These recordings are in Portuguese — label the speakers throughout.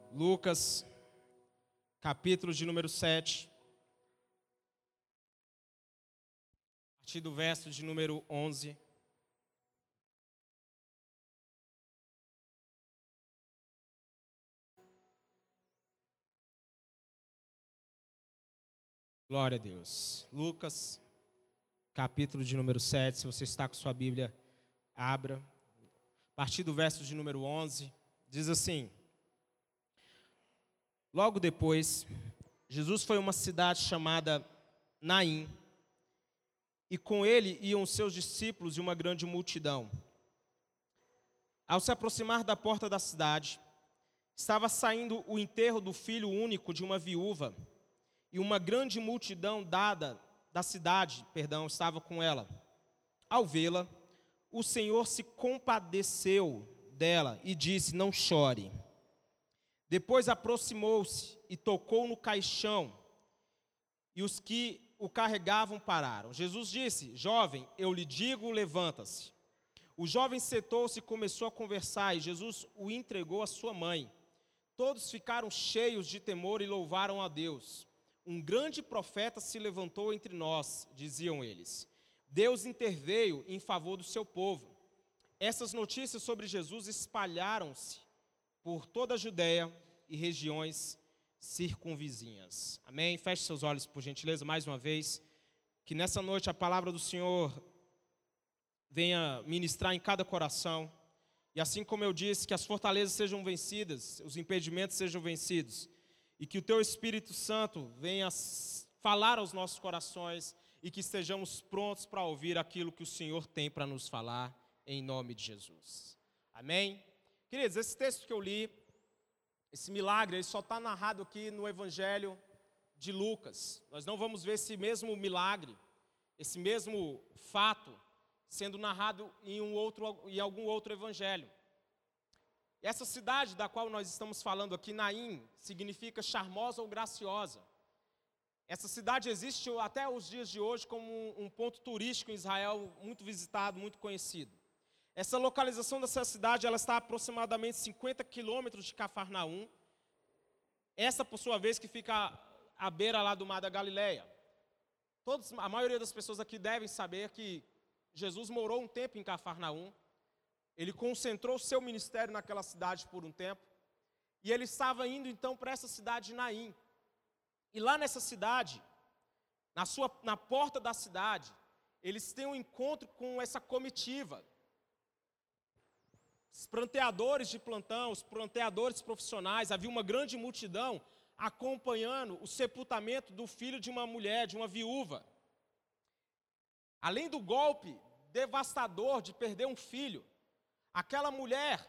Speaker 1: Lucas, capítulo de número 7, a partir do verso de número 11. Glória a Deus. Lucas, capítulo de número 7, se você está com sua Bíblia, abra. A partir do verso de número 11, diz assim: Logo depois, Jesus foi a uma cidade chamada Naim, e com ele iam seus discípulos e uma grande multidão. Ao se aproximar da porta da cidade, estava saindo o enterro do filho único de uma viúva, e uma grande multidão da cidade estava com ela. Ao vê-la, o Senhor se compadeceu dela e disse: Não chore. Depois aproximou-se e tocou no caixão, e os que o carregavam pararam. Jesus disse: Jovem, eu lhe digo, levanta-se. O jovem sentou-se e começou a conversar, e Jesus o entregou à sua mãe. Todos ficaram cheios de temor e louvaram a Deus. Um grande profeta se levantou entre nós, diziam eles. Deus interveio em favor do seu povo. Essas notícias sobre Jesus espalharam-se por toda a Judéia e regiões circunvizinhas. Amém? Feche seus olhos, por gentileza, mais uma vez. Que nessa noite a palavra do Senhor venha ministrar em cada coração. E assim como eu disse, que as fortalezas sejam vencidas, os impedimentos sejam vencidos. E que o Teu Espírito Santo venha falar aos nossos corações e que estejamos prontos para ouvir aquilo que o Senhor tem para nos falar, em nome de Jesus. Amém? Queridos, esse texto que eu li, esse milagre, ele só está narrado aqui no Evangelho de Lucas. Nós não vamos ver esse mesmo milagre, esse mesmo fato, sendo narrado em algum outro evangelho. E essa cidade da qual nós estamos falando aqui, Naim, significa charmosa ou graciosa. Essa cidade existe até os dias de hoje como um ponto turístico em Israel, muito visitado, muito conhecido. Essa localização dessa cidade, ela está a aproximadamente 50 quilômetros de Cafarnaum. Essa, por sua vez, que fica à beira lá do Mar da Galileia. A maioria das pessoas aqui devem saber que Jesus morou um tempo em Cafarnaum. Ele concentrou seu ministério naquela cidade por um tempo. E ele estava indo então para essa cidade de Naim. E lá nessa cidade, na porta da cidade, eles têm um encontro com essa comitiva. Os pranteadores de plantão, os pranteadores profissionais, havia uma grande multidão acompanhando o sepultamento do filho de uma mulher, de uma viúva. Além do golpe devastador de perder um filho, aquela mulher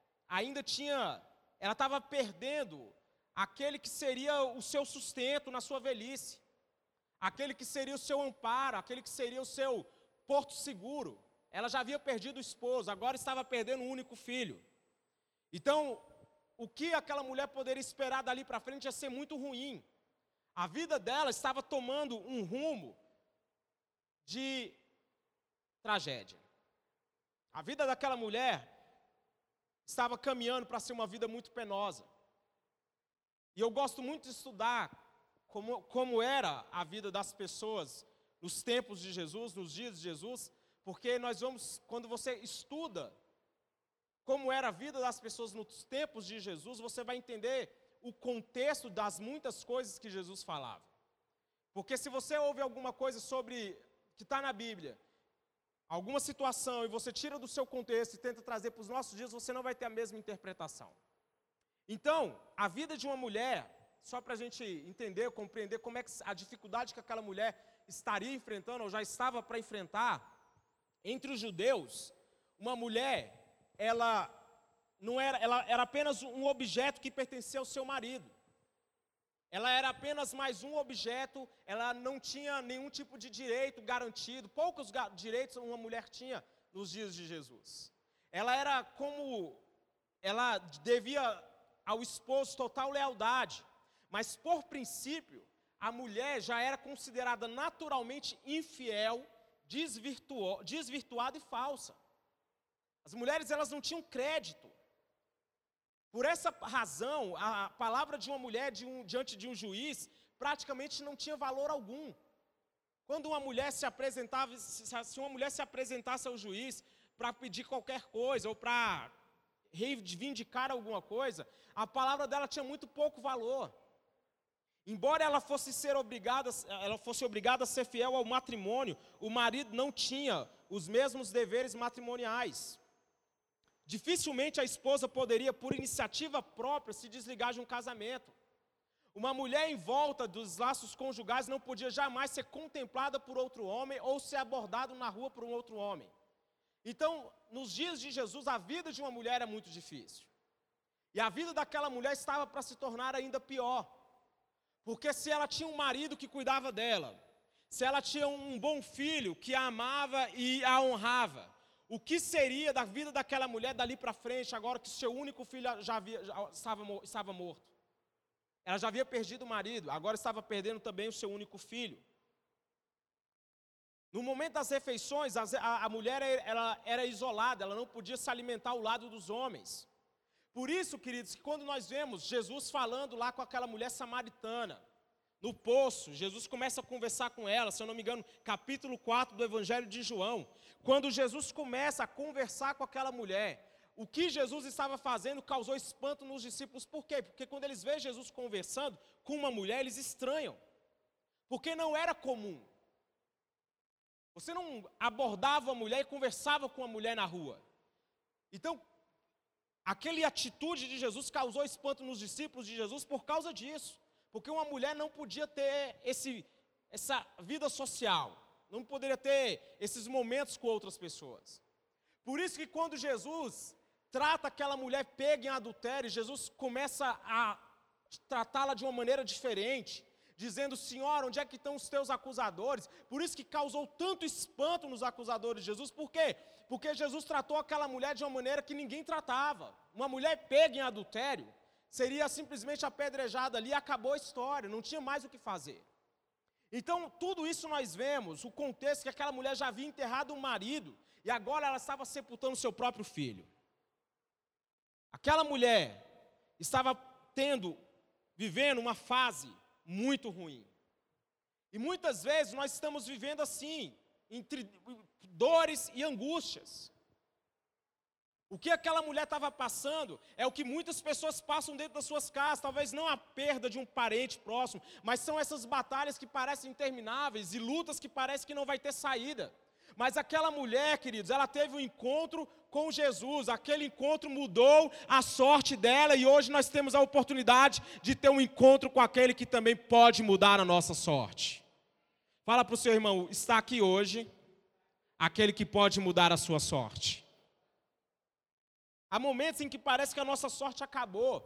Speaker 1: ela estava perdendo aquele que seria o seu sustento na sua velhice, aquele que seria o seu amparo, aquele que seria o seu porto seguro. Ela já havia perdido o esposo, agora estava perdendo um único filho. Então, o que aquela mulher poderia esperar dali para frente ia ser muito ruim. A vida dela estava tomando um rumo de tragédia. A vida daquela mulher estava caminhando para ser uma vida muito penosa. E eu gosto muito de estudar como era a vida das pessoas nos tempos de Jesus, nos dias de Jesus, porque quando você estuda como era a vida das pessoas nos tempos de Jesus, você vai entender o contexto das muitas coisas que Jesus falava. Porque se você ouve alguma coisa que está na Bíblia, alguma situação, e você tira do seu contexto e tenta trazer para os nossos dias, você não vai ter a mesma interpretação. Então, a vida de uma mulher, só para a gente entender, compreender como é que a dificuldade que aquela mulher estaria enfrentando, ou já estava para enfrentar, entre os judeus, uma mulher, ela era apenas um objeto que pertencia ao seu marido. Ela era apenas mais um objeto, ela não tinha nenhum tipo de direito garantido, poucos direitos uma mulher tinha nos dias de Jesus. Ela devia ao esposo total lealdade, mas por princípio, a mulher já era considerada naturalmente infiel, desvirtuada e falsa. As mulheres, elas não tinham crédito. Por essa razão, a palavra de uma mulher diante de um juiz praticamente não tinha valor algum. Quando uma mulher se apresentava, se uma mulher se apresentasse ao juiz para pedir qualquer coisa ou para reivindicar alguma coisa, a palavra dela tinha muito pouco valor. Embora ela fosse obrigada a ser fiel ao matrimônio, o marido não tinha os mesmos deveres matrimoniais. Dificilmente a esposa poderia, por iniciativa própria, se desligar de um casamento. Uma mulher em volta dos laços conjugais não podia jamais ser contemplada por outro homem ou ser abordada na rua por um outro homem. Então, nos dias de Jesus, a vida de uma mulher era muito difícil. E a vida daquela mulher estava para se tornar ainda pior. Porque se ela tinha um marido que cuidava dela, se ela tinha um bom filho que a amava e a honrava, o que seria da vida daquela mulher dali para frente, agora que seu único filho estava morto? Ela já havia perdido o marido, agora estava perdendo também o seu único filho. No momento das refeições, a mulher era isolada, ela não podia se alimentar ao lado dos homens. Por isso, queridos, que quando nós vemos Jesus falando lá com aquela mulher samaritana, no poço, Jesus começa a conversar com ela, se eu não me engano, capítulo 4 do Evangelho de João. Quando Jesus começa a conversar com aquela mulher, o que Jesus estava fazendo causou espanto nos discípulos. Por quê? Porque quando eles veem Jesus conversando com uma mulher, eles estranham. Porque não era comum. Você não abordava uma mulher e conversava com uma mulher na rua. Então, aquela atitude de Jesus causou espanto nos discípulos de Jesus por causa disso. Porque uma mulher não podia ter essa vida social. Não poderia ter esses momentos com outras pessoas. Por isso que quando Jesus trata aquela mulher pega em adultério, Jesus começa a tratá-la de uma maneira diferente, dizendo: Senhora, onde é que estão os teus acusadores? Por isso que causou tanto espanto nos acusadores de Jesus. Por quê? Porque Jesus tratou aquela mulher de uma maneira que ninguém tratava. Uma mulher pega em adultério seria simplesmente apedrejada ali e acabou a história, não tinha mais o que fazer. Então, tudo isso nós vemos, o contexto que aquela mulher já havia enterrado o marido e agora ela estava sepultando seu próprio filho. Aquela mulher estava vivendo uma fase muito ruim. E muitas vezes nós estamos vivendo assim, entre dores e angústias. O que aquela mulher estava passando é o que muitas pessoas passam dentro das suas casas. Talvez não a perda de um parente próximo, mas são essas batalhas que parecem intermináveis e lutas que parecem que não vai ter saída. Mas aquela mulher, queridos, ela teve um encontro com Jesus. Aquele encontro mudou a sorte dela e hoje nós temos a oportunidade de ter um encontro com aquele que também pode mudar a nossa sorte. Fala para o seu irmão: está aqui hoje aquele que pode mudar a sua sorte. Há momentos em que parece que a nossa sorte acabou.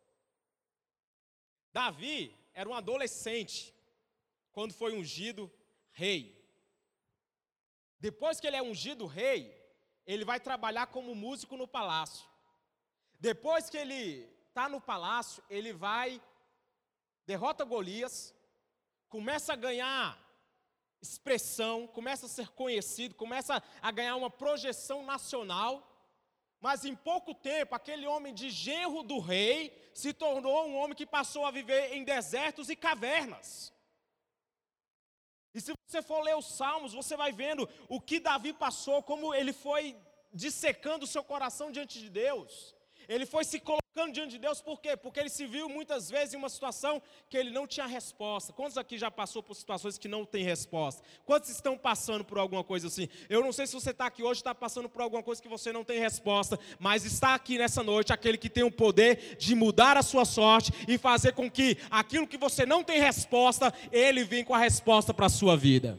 Speaker 1: Davi era um adolescente quando foi ungido rei. Depois que ele é ungido rei, ele vai trabalhar como músico no palácio. Depois que ele está no palácio, ele derrota Golias, começa a ganhar expressão, começa a ser conhecido, começa a ganhar uma projeção nacional. Mas em pouco tempo, aquele homem de genro do rei se tornou um homem que passou a viver em desertos e cavernas. E se você for ler os Salmos, você vai vendo o que Davi passou, como ele foi dissecando o seu coração diante de Deus. Ele foi se colocando diante de Deus, por quê? Porque ele se viu muitas vezes em uma situação que ele não tinha resposta. Quantos aqui já passou por situações que não tem resposta? Quantos estão passando por alguma coisa assim? Eu não sei se você está aqui hoje e está passando por alguma coisa que você não tem resposta, mas está aqui nessa noite aquele que tem o poder de mudar a sua sorte e fazer com que aquilo que você não tem resposta, ele venha com a resposta para a sua vida.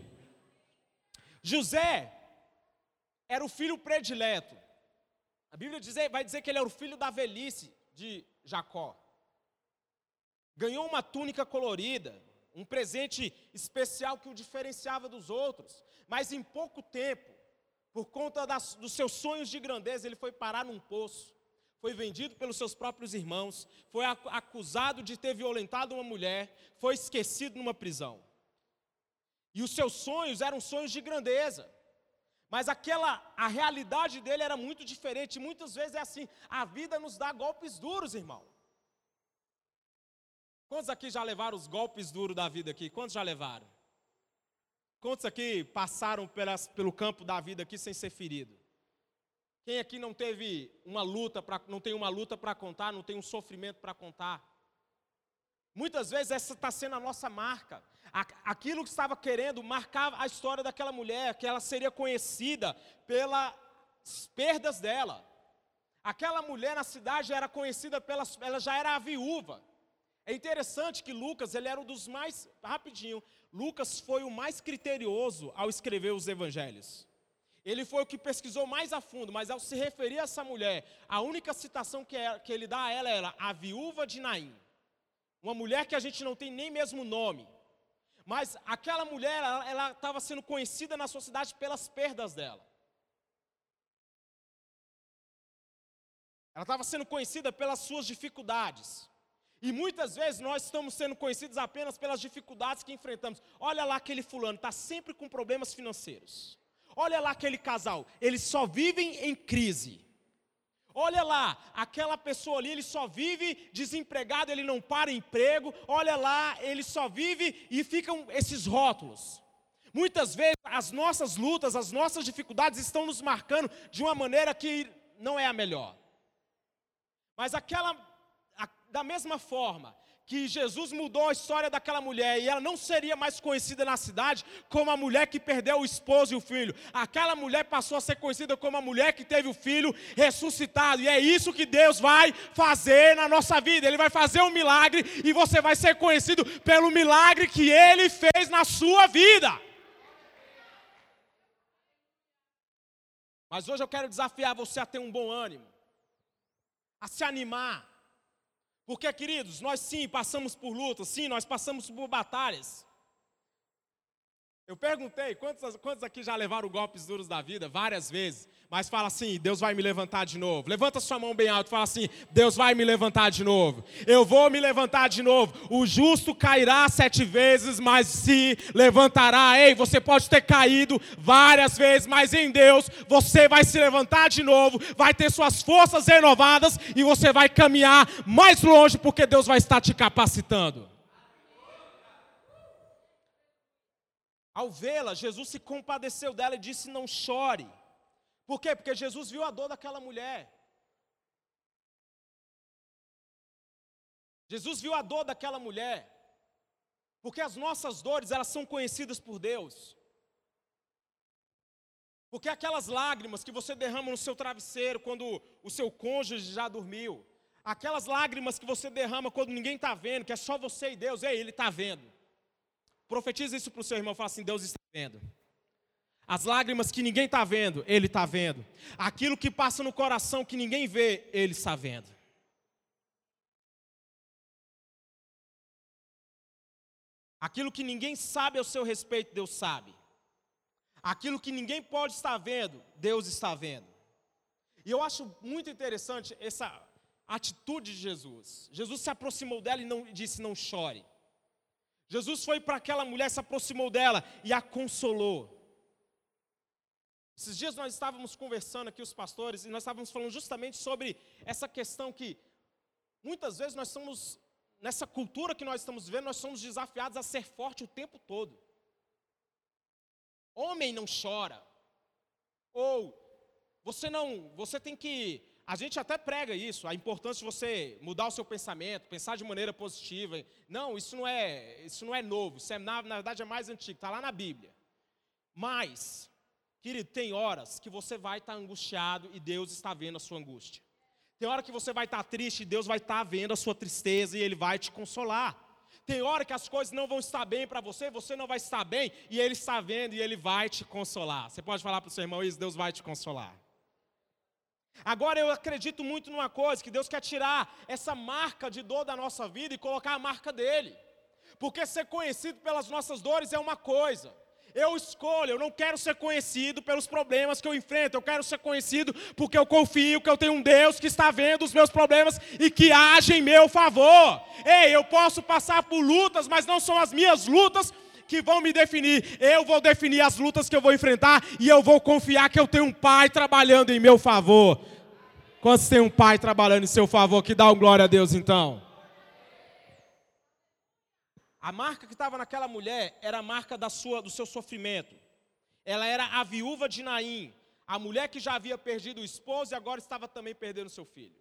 Speaker 1: José era o filho predileto. A Bíblia vai dizer que ele era o filho da velhice de Jacó. Ganhou uma túnica colorida, um presente especial que o diferenciava dos outros. Mas em pouco tempo, por conta dos seus sonhos de grandeza, ele foi parar num poço. Foi vendido pelos seus próprios irmãos, foi acusado de ter violentado uma mulher, foi esquecido numa prisão. E os seus sonhos eram sonhos de grandeza. Mas a realidade dele era muito diferente. Muitas vezes é assim, a vida nos dá golpes duros, irmão. Quantos aqui já levaram os golpes duros da vida aqui? Quantos já levaram? Quantos aqui passaram pelo campo da vida aqui sem ser ferido? Quem aqui não teve uma luta, não tem uma luta para contar, não tem um sofrimento para contar? Muitas vezes essa está sendo a nossa marca. Aquilo que estava querendo marcar a história daquela mulher, que ela seria conhecida pelas perdas dela. Aquela mulher na cidade era conhecida ela já era a viúva. É interessante que Lucas, ele era um dos mais, rapidinho, Lucas foi o mais criterioso ao escrever os evangelhos. Ele foi o que pesquisou mais a fundo, mas ao se referir a essa mulher, a única citação que ele dá a ela era a viúva de Naim. Uma mulher que a gente não tem nem mesmo nome. Mas aquela mulher, ela estava sendo conhecida na sociedade pelas perdas dela. Ela estava sendo conhecida pelas suas dificuldades. E muitas vezes nós estamos sendo conhecidos apenas pelas dificuldades que enfrentamos. Olha lá aquele fulano, está sempre com problemas financeiros. Olha lá aquele casal, eles só vivem em crise. Olha lá, aquela pessoa ali, ele só vive desempregado, ele não para emprego. Olha lá, ele só vive e ficam esses rótulos. Muitas vezes as nossas lutas, as nossas dificuldades estão nos marcando de uma maneira que não é a melhor. Mas da mesma forma que Jesus mudou a história daquela mulher e ela não seria mais conhecida na cidade como a mulher que perdeu o esposo e o filho. Aquela mulher passou a ser conhecida como a mulher que teve o filho ressuscitado. E é isso que Deus vai fazer na nossa vida. Ele vai fazer um milagre e você vai ser conhecido pelo milagre que Ele fez na sua vida. Mas hoje eu quero desafiar você a ter um bom ânimo, a se animar. Porque, queridos, nós sim passamos por lutas, sim, nós passamos por batalhas. Eu perguntei, quantos aqui já levaram golpes duros da vida? Várias vezes. Mas fala assim, Deus vai me levantar de novo. Levanta sua mão bem alto e fala assim, Deus vai me levantar de novo. Eu vou me levantar de novo. O justo cairá 7 vezes, mas se levantará. Ei, você pode ter caído várias vezes, mas em Deus você vai se levantar de novo. Vai ter suas forças renovadas e você vai caminhar mais longe porque Deus vai estar te capacitando. Ao vê-la, Jesus se compadeceu dela e disse, não chore. Por quê? Porque Jesus viu a dor daquela mulher. Jesus viu a dor daquela mulher. Porque as nossas dores, elas são conhecidas por Deus. Porque aquelas lágrimas que você derrama no seu travesseiro quando o seu cônjuge já dormiu. Aquelas lágrimas que você derrama quando ninguém está vendo, que é só você e Deus. Ei, Ele está vendo. Profetiza isso para o seu irmão, fala assim, Deus está vendo. As lágrimas que ninguém está vendo, Ele está vendo. Aquilo que passa no coração que ninguém vê, Ele está vendo. Aquilo que ninguém sabe ao seu respeito, Deus sabe. Aquilo que ninguém pode estar vendo, Deus está vendo. E eu acho muito interessante essa atitude de Jesus. Jesus se aproximou dela e disse, não chore. Jesus foi para aquela mulher, se aproximou dela e a consolou. Esses dias nós estávamos conversando aqui, os pastores, e nós estávamos falando justamente sobre essa questão que muitas vezes nós somos, nessa cultura que nós estamos vivendo, nós somos desafiados a ser forte o tempo todo. Homem não chora. Ou você tem que, a gente até prega isso, a importância de você mudar o seu pensamento, pensar de maneira positiva. Não, isso não é novo, isso na verdade é mais antigo, está lá na Bíblia. Mas, querido, tem horas que você vai estar angustiado e Deus está vendo a sua angústia. Tem hora que você vai estar triste e Deus vai estar vendo a sua tristeza e Ele vai te consolar. Tem hora que as coisas não vão estar bem para você, você não vai estar bem e Ele está vendo e Ele vai te consolar. Você pode falar para o seu irmão isso, Deus vai te consolar. Agora eu acredito muito numa coisa, que Deus quer tirar essa marca de dor da nossa vida e colocar a marca dEle. Porque ser conhecido pelas nossas dores é uma coisa. Eu escolho, eu não quero ser conhecido pelos problemas que eu enfrento. Eu quero ser conhecido porque eu confio que eu tenho um Deus que está vendo os meus problemas e que age em meu favor. Ei, eu posso passar por lutas, mas não são as minhas lutas que vão me definir. Eu vou definir as lutas que eu vou enfrentar e eu vou confiar que eu tenho um Pai trabalhando em meu favor. Quantos tem um Pai trabalhando em seu favor? Que dá um glória a Deus então. A marca que estava naquela mulher era a marca do seu sofrimento. Ela era a viúva de Naim, a mulher que já havia perdido o esposo e agora estava também perdendo seu filho.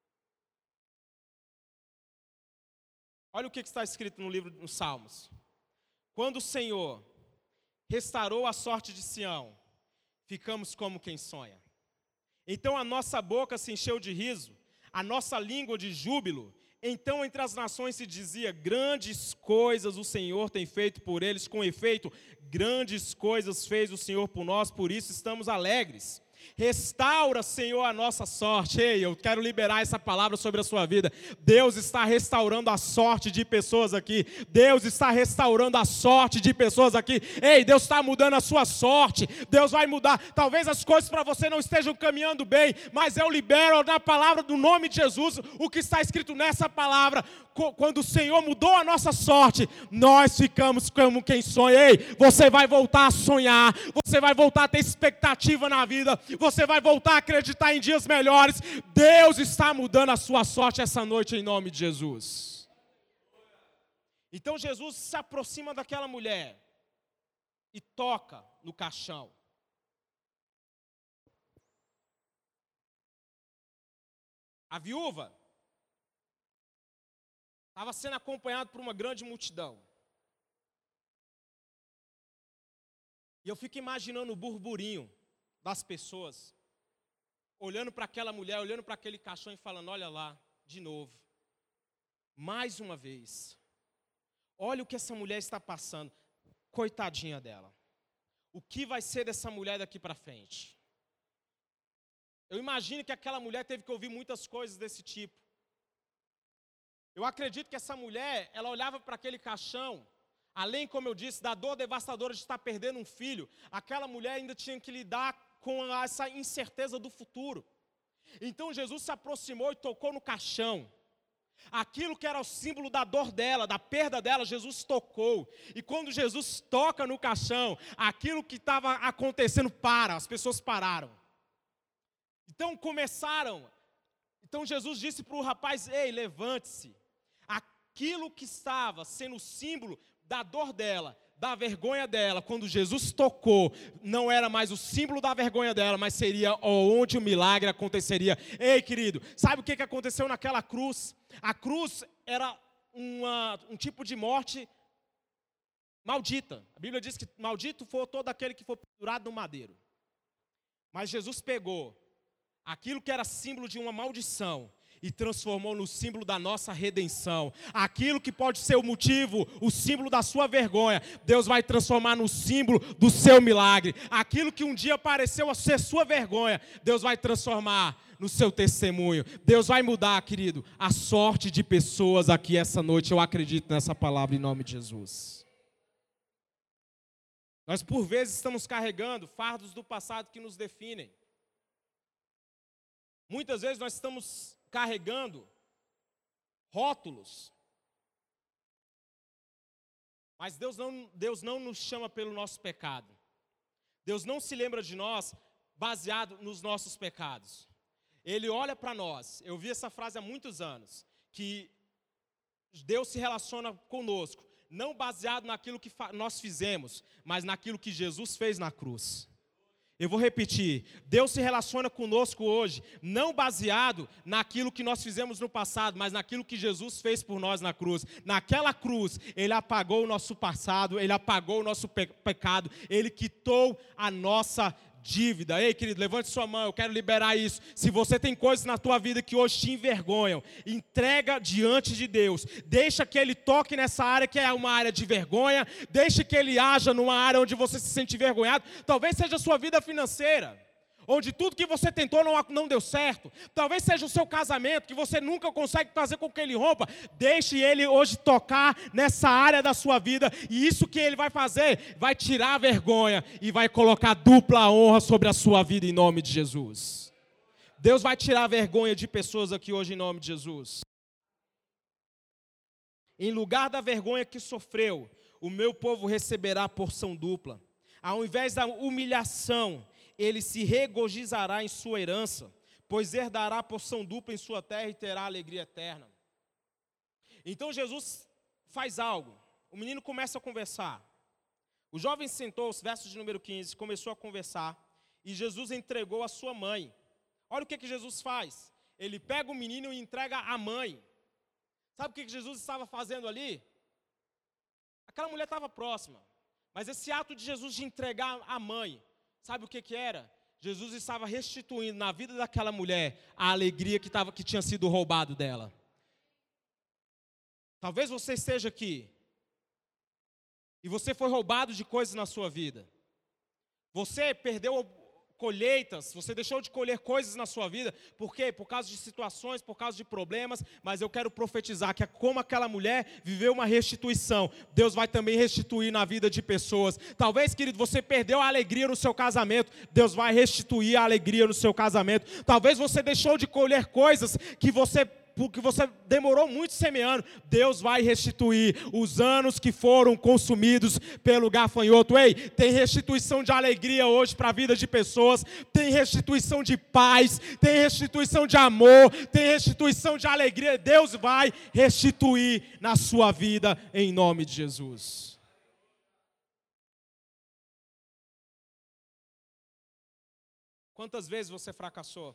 Speaker 1: Olha o que está escrito no livro dos Salmos. Quando o Senhor restaurou a sorte de Sião, ficamos como quem sonha. Então a nossa boca se encheu de riso, a nossa língua de júbilo. Então entre as nações se dizia, grandes coisas o Senhor tem feito por eles. Com efeito, grandes coisas fez o Senhor por nós, por isso estamos alegres. Restaura, Senhor, a nossa sorte. Ei, eu quero liberar essa palavra sobre a sua vida. Deus está restaurando a sorte de pessoas aqui. Deus está restaurando a sorte de pessoas aqui. Ei, Deus está mudando a sua sorte. Deus vai mudar. Talvez as coisas para você não estejam caminhando bem, mas eu libero na palavra do nome de Jesus o que está escrito nessa palavra. Quando o Senhor mudou a nossa sorte, nós ficamos como quem sonha. Ei, você vai voltar a sonhar. Você vai voltar a ter expectativa na vida. Você vai voltar a acreditar em dias melhores. Deus está mudando a sua sorte essa noite em nome de Jesus. Então Jesus se aproxima daquela mulher e toca no caixão. A viúva estava sendo acompanhada por uma grande multidão. E eu fico imaginando o burburinho das pessoas, olhando para aquela mulher, olhando para aquele caixão e falando, olha lá, de novo, mais uma vez, olha o que essa mulher está passando, coitadinha dela, o que vai ser dessa mulher daqui para frente? Eu imagino que aquela mulher teve que ouvir muitas coisas desse tipo. Eu acredito que essa mulher, ela olhava para aquele caixão, além, como eu disse, da dor devastadora de estar perdendo um filho, aquela mulher ainda tinha que lidar com essa incerteza do futuro. Então Jesus se aproximou e tocou no caixão. Aquilo que era o símbolo da dor dela, da perda dela, Jesus tocou. E quando Jesus toca no caixão, aquilo que estava acontecendo as pessoas pararam. Então Jesus disse para o rapaz, ei, levante-se. Aquilo que estava sendo o símbolo da dor dela, da vergonha dela, quando Jesus tocou, não era mais o símbolo da vergonha dela, mas seria onde o milagre aconteceria. Ei, querido, sabe o que aconteceu naquela cruz? A cruz era um tipo de morte maldita. A Bíblia diz que maldito foi todo aquele que foi pendurado no madeiro. Mas Jesus pegou aquilo que era símbolo de uma maldição e transformou no símbolo da nossa redenção. Aquilo que pode ser o motivo, o símbolo da sua vergonha, Deus vai transformar no símbolo do seu milagre. Aquilo que um dia pareceu ser sua vergonha, Deus vai transformar no seu testemunho. Deus vai mudar, querido, a sorte de pessoas aqui essa noite. Eu acredito nessa palavra em nome de Jesus. Nós por vezes estamos carregando fardos do passado que nos definem. Muitas vezes nós estamos carregando rótulos. Mas Deus não nos chama pelo nosso pecado. Deus não se lembra de nós baseado nos nossos pecados. Ele olha para nós. Eu vi essa frase há muitos anos, que Deus se relaciona conosco, não baseado naquilo que nós fizemos, mas naquilo que Jesus fez na cruz. Eu vou repetir, Deus se relaciona conosco hoje, não baseado naquilo que nós fizemos no passado, mas naquilo que Jesus fez por nós na cruz. Naquela cruz, Ele apagou o nosso passado, Ele apagou o nosso pecado, Ele quitou a nossa dívida. Ei, querido, levante sua mão, eu quero liberar isso. Se você tem coisas na tua vida que hoje te envergonham, entrega diante de Deus. Deixa que Ele toque nessa área que é uma área de vergonha. Deixa que Ele haja numa área onde você se sente envergonhado. Talvez seja a sua vida financeira, onde tudo que você tentou não deu certo. Talvez seja o seu casamento, que você nunca consegue fazer com que ele rompa. Deixe Ele hoje tocar nessa área da sua vida. E isso que Ele vai fazer, vai tirar a vergonha e vai colocar dupla honra sobre a sua vida em nome de Jesus. Deus vai tirar a vergonha de pessoas aqui hoje em nome de Jesus. Em lugar da vergonha que sofreu, o meu povo receberá a porção dupla. Ao invés da humilhação, ele se regozijará em sua herança, pois herdará a porção dupla em sua terra e terá alegria eterna. Então Jesus faz algo. O menino começa a conversar. O jovem sentou-se, versos de número 15, começou a conversar, e Jesus entregou a sua mãe. Olha o que Jesus faz. Ele pega o menino e entrega a mãe. Sabe o que Jesus estava fazendo ali? Aquela mulher estava próxima, mas esse ato de Jesus de entregar a mãe, sabe o que era? Jesus estava restituindo na vida daquela mulher a alegria que tinha sido roubado dela. Talvez você esteja aqui e você foi roubado de coisas na sua vida. Você perdeu colheitas, você deixou de colher coisas na sua vida. Por quê? Por causa de situações, por causa de problemas. Mas eu quero profetizar que como aquela mulher viveu uma restituição, Deus vai também restituir na vida de pessoas. Talvez, querido, você perdeu a alegria no seu casamento, Deus vai restituir a alegria no seu casamento. Talvez você deixou de colher coisas porque você demorou muito semeando, Deus vai restituir os anos que foram consumidos pelo gafanhoto. Ei, tem restituição de alegria hoje para a vida de pessoas, tem restituição de paz, tem restituição de amor, tem restituição de alegria. Deus vai restituir na sua vida, em nome de Jesus. Quantas vezes você fracassou?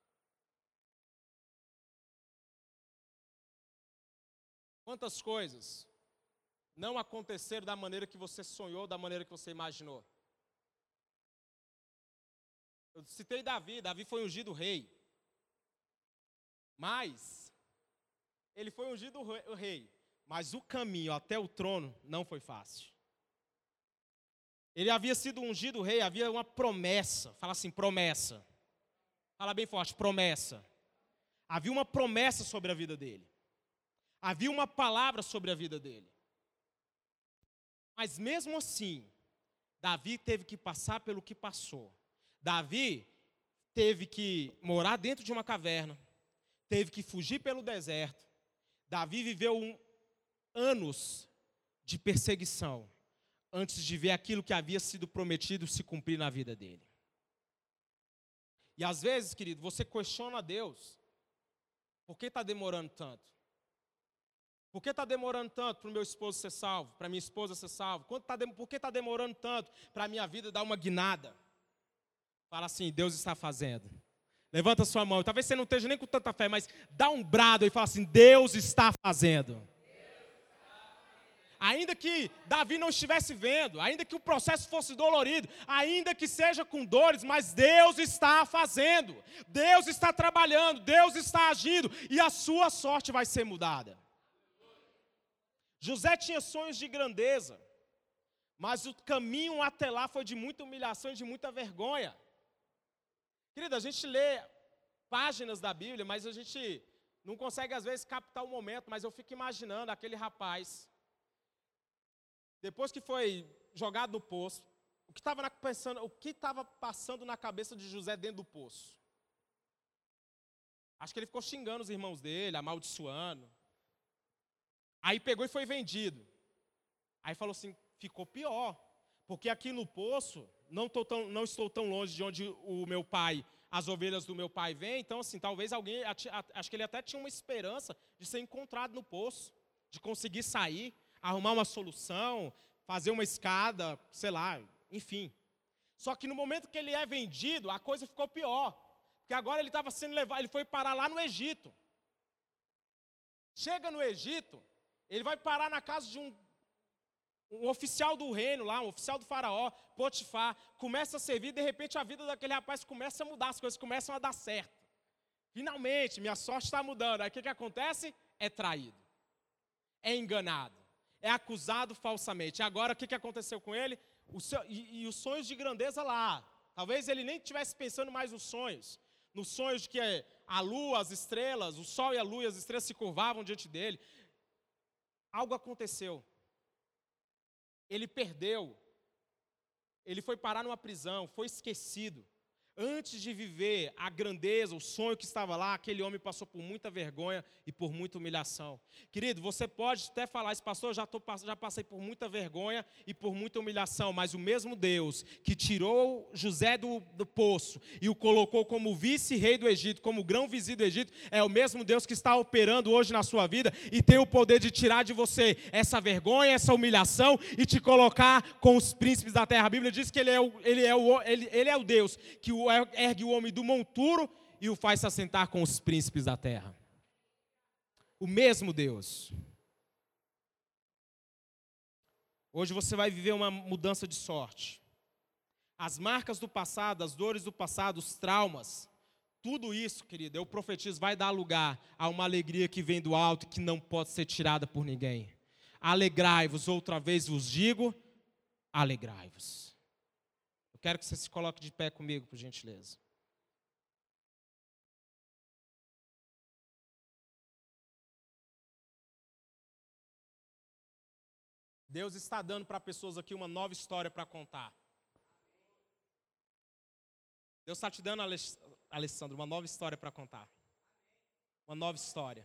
Speaker 1: Quantas coisas não aconteceram da maneira que você sonhou, da maneira que você imaginou? Eu citei Davi. Davi foi ungido rei. Mas ele foi ungido rei. Mas o caminho até o trono não foi fácil. Ele havia sido ungido rei, havia uma promessa. Fala assim, promessa. Fala bem forte, promessa. Havia uma promessa sobre a vida dele. Havia uma palavra sobre a vida dele. Mas mesmo assim, Davi teve que passar pelo que passou. Davi teve que morar dentro de uma caverna. Teve que fugir pelo deserto. Davi viveu anos de perseguição antes de ver aquilo que havia sido prometido se cumprir na vida dele. E às vezes, querido, você questiona a Deus. Por que está demorando tanto? Por que está demorando tanto para o meu esposo ser salvo, para minha esposa ser salva? Por que está demorando tanto para a minha vida dar uma guinada? Fala assim, Deus está fazendo. Levanta a sua mão. Talvez você não esteja nem com tanta fé, mas dá um brado e fala assim, Deus está fazendo. Ainda que Davi não estivesse vendo, ainda que o processo fosse dolorido, ainda que seja com dores, mas Deus está fazendo. Deus está trabalhando, Deus está agindo e a sua sorte vai ser mudada. José tinha sonhos de grandeza, mas o caminho até lá foi de muita humilhação e de muita vergonha. Querida, a gente lê páginas da Bíblia, mas a gente não consegue às vezes captar o momento, mas eu fico imaginando aquele rapaz, depois que foi jogado no poço, o que estava passando na cabeça de José dentro do poço? Acho que ele ficou xingando os irmãos dele, amaldiçoando. Aí pegou e foi vendido. Aí falou assim, ficou pior, porque aqui no poço, não estou tão longe de onde o meu pai, as ovelhas do meu pai vêm, então assim, talvez alguém, acho que ele até tinha uma esperança de ser encontrado no poço, de conseguir sair, arrumar uma solução, fazer uma escada, sei lá, enfim. Só que no momento que ele é vendido, a coisa ficou pior, porque agora ele estava sendo levado, ele foi parar lá no Egito. Chega no Egito, ele vai parar na casa de um oficial do reino lá, um oficial do faraó, Potifar, começa a servir, de repente a vida daquele rapaz começa a mudar, as coisas começam a dar certo. Finalmente, minha sorte está mudando. Aí o que acontece? É traído, é enganado, é acusado falsamente. Agora o que aconteceu com ele? Os sonhos de grandeza lá, talvez ele nem estivesse pensando mais nos sonhos de que a lua, as estrelas, o sol e a lua e as estrelas se curvavam diante dele. Algo aconteceu. Ele perdeu. Ele foi parar numa prisão, foi esquecido. antes de viver a grandeza, o sonho que estava lá, aquele homem passou por muita vergonha e por muita humilhação. Querido, você pode até falar isso, pastor, já passei por muita vergonha e por muita humilhação, mas o mesmo Deus que tirou José do poço e o colocou como vice-rei do Egito, como grão-vizir do Egito, é o mesmo Deus que está operando hoje na sua vida e tem o poder de tirar de você essa vergonha, essa humilhação e te colocar com os príncipes da terra. A Bíblia diz que ele é o Deus que ergue o homem do monturo e o faz se assentar com os príncipes da terra. O mesmo Deus. Hoje você vai viver uma mudança de sorte. As marcas do passado, as dores do passado, os traumas, tudo isso, querido, eu profetizo, vai dar lugar a uma alegria que vem do alto e que não pode ser tirada por ninguém. Alegrai-vos, outra vez vos digo, alegrai-vos. Eu quero que você se coloque de pé comigo, por gentileza. Deus está dando para pessoas aqui uma nova história para contar. Deus está te dando, Alessandro, uma nova história para contar. Uma nova história.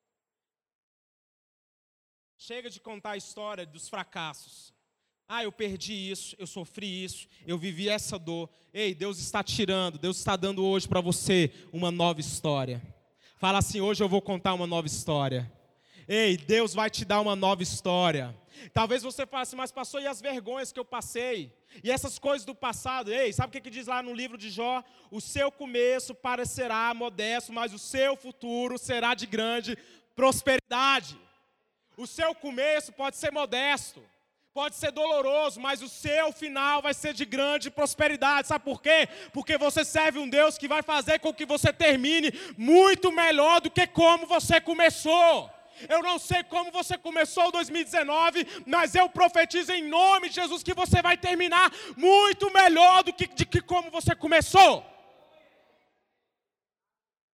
Speaker 1: Chega de contar a história dos fracassos. Eu perdi isso, eu sofri isso, eu vivi essa dor. Ei, Deus está tirando, Deus está dando hoje para você uma nova história. Fala assim, hoje eu vou contar uma nova história. Ei, Deus vai te dar uma nova história. Talvez você fale assim, mas pastor, e as vergonhas que eu passei? E essas coisas do passado? Ei, sabe o que diz lá no livro de Jó? O seu começo parecerá modesto, mas o seu futuro será de grande prosperidade. O seu começo pode ser modesto, pode ser doloroso, mas o seu final vai ser de grande prosperidade. Sabe por quê? Porque você serve um Deus que vai fazer com que você termine muito melhor do que como você começou. Eu não sei como você começou 2019, mas eu profetizo em nome de Jesus que você vai terminar muito melhor do que como você começou.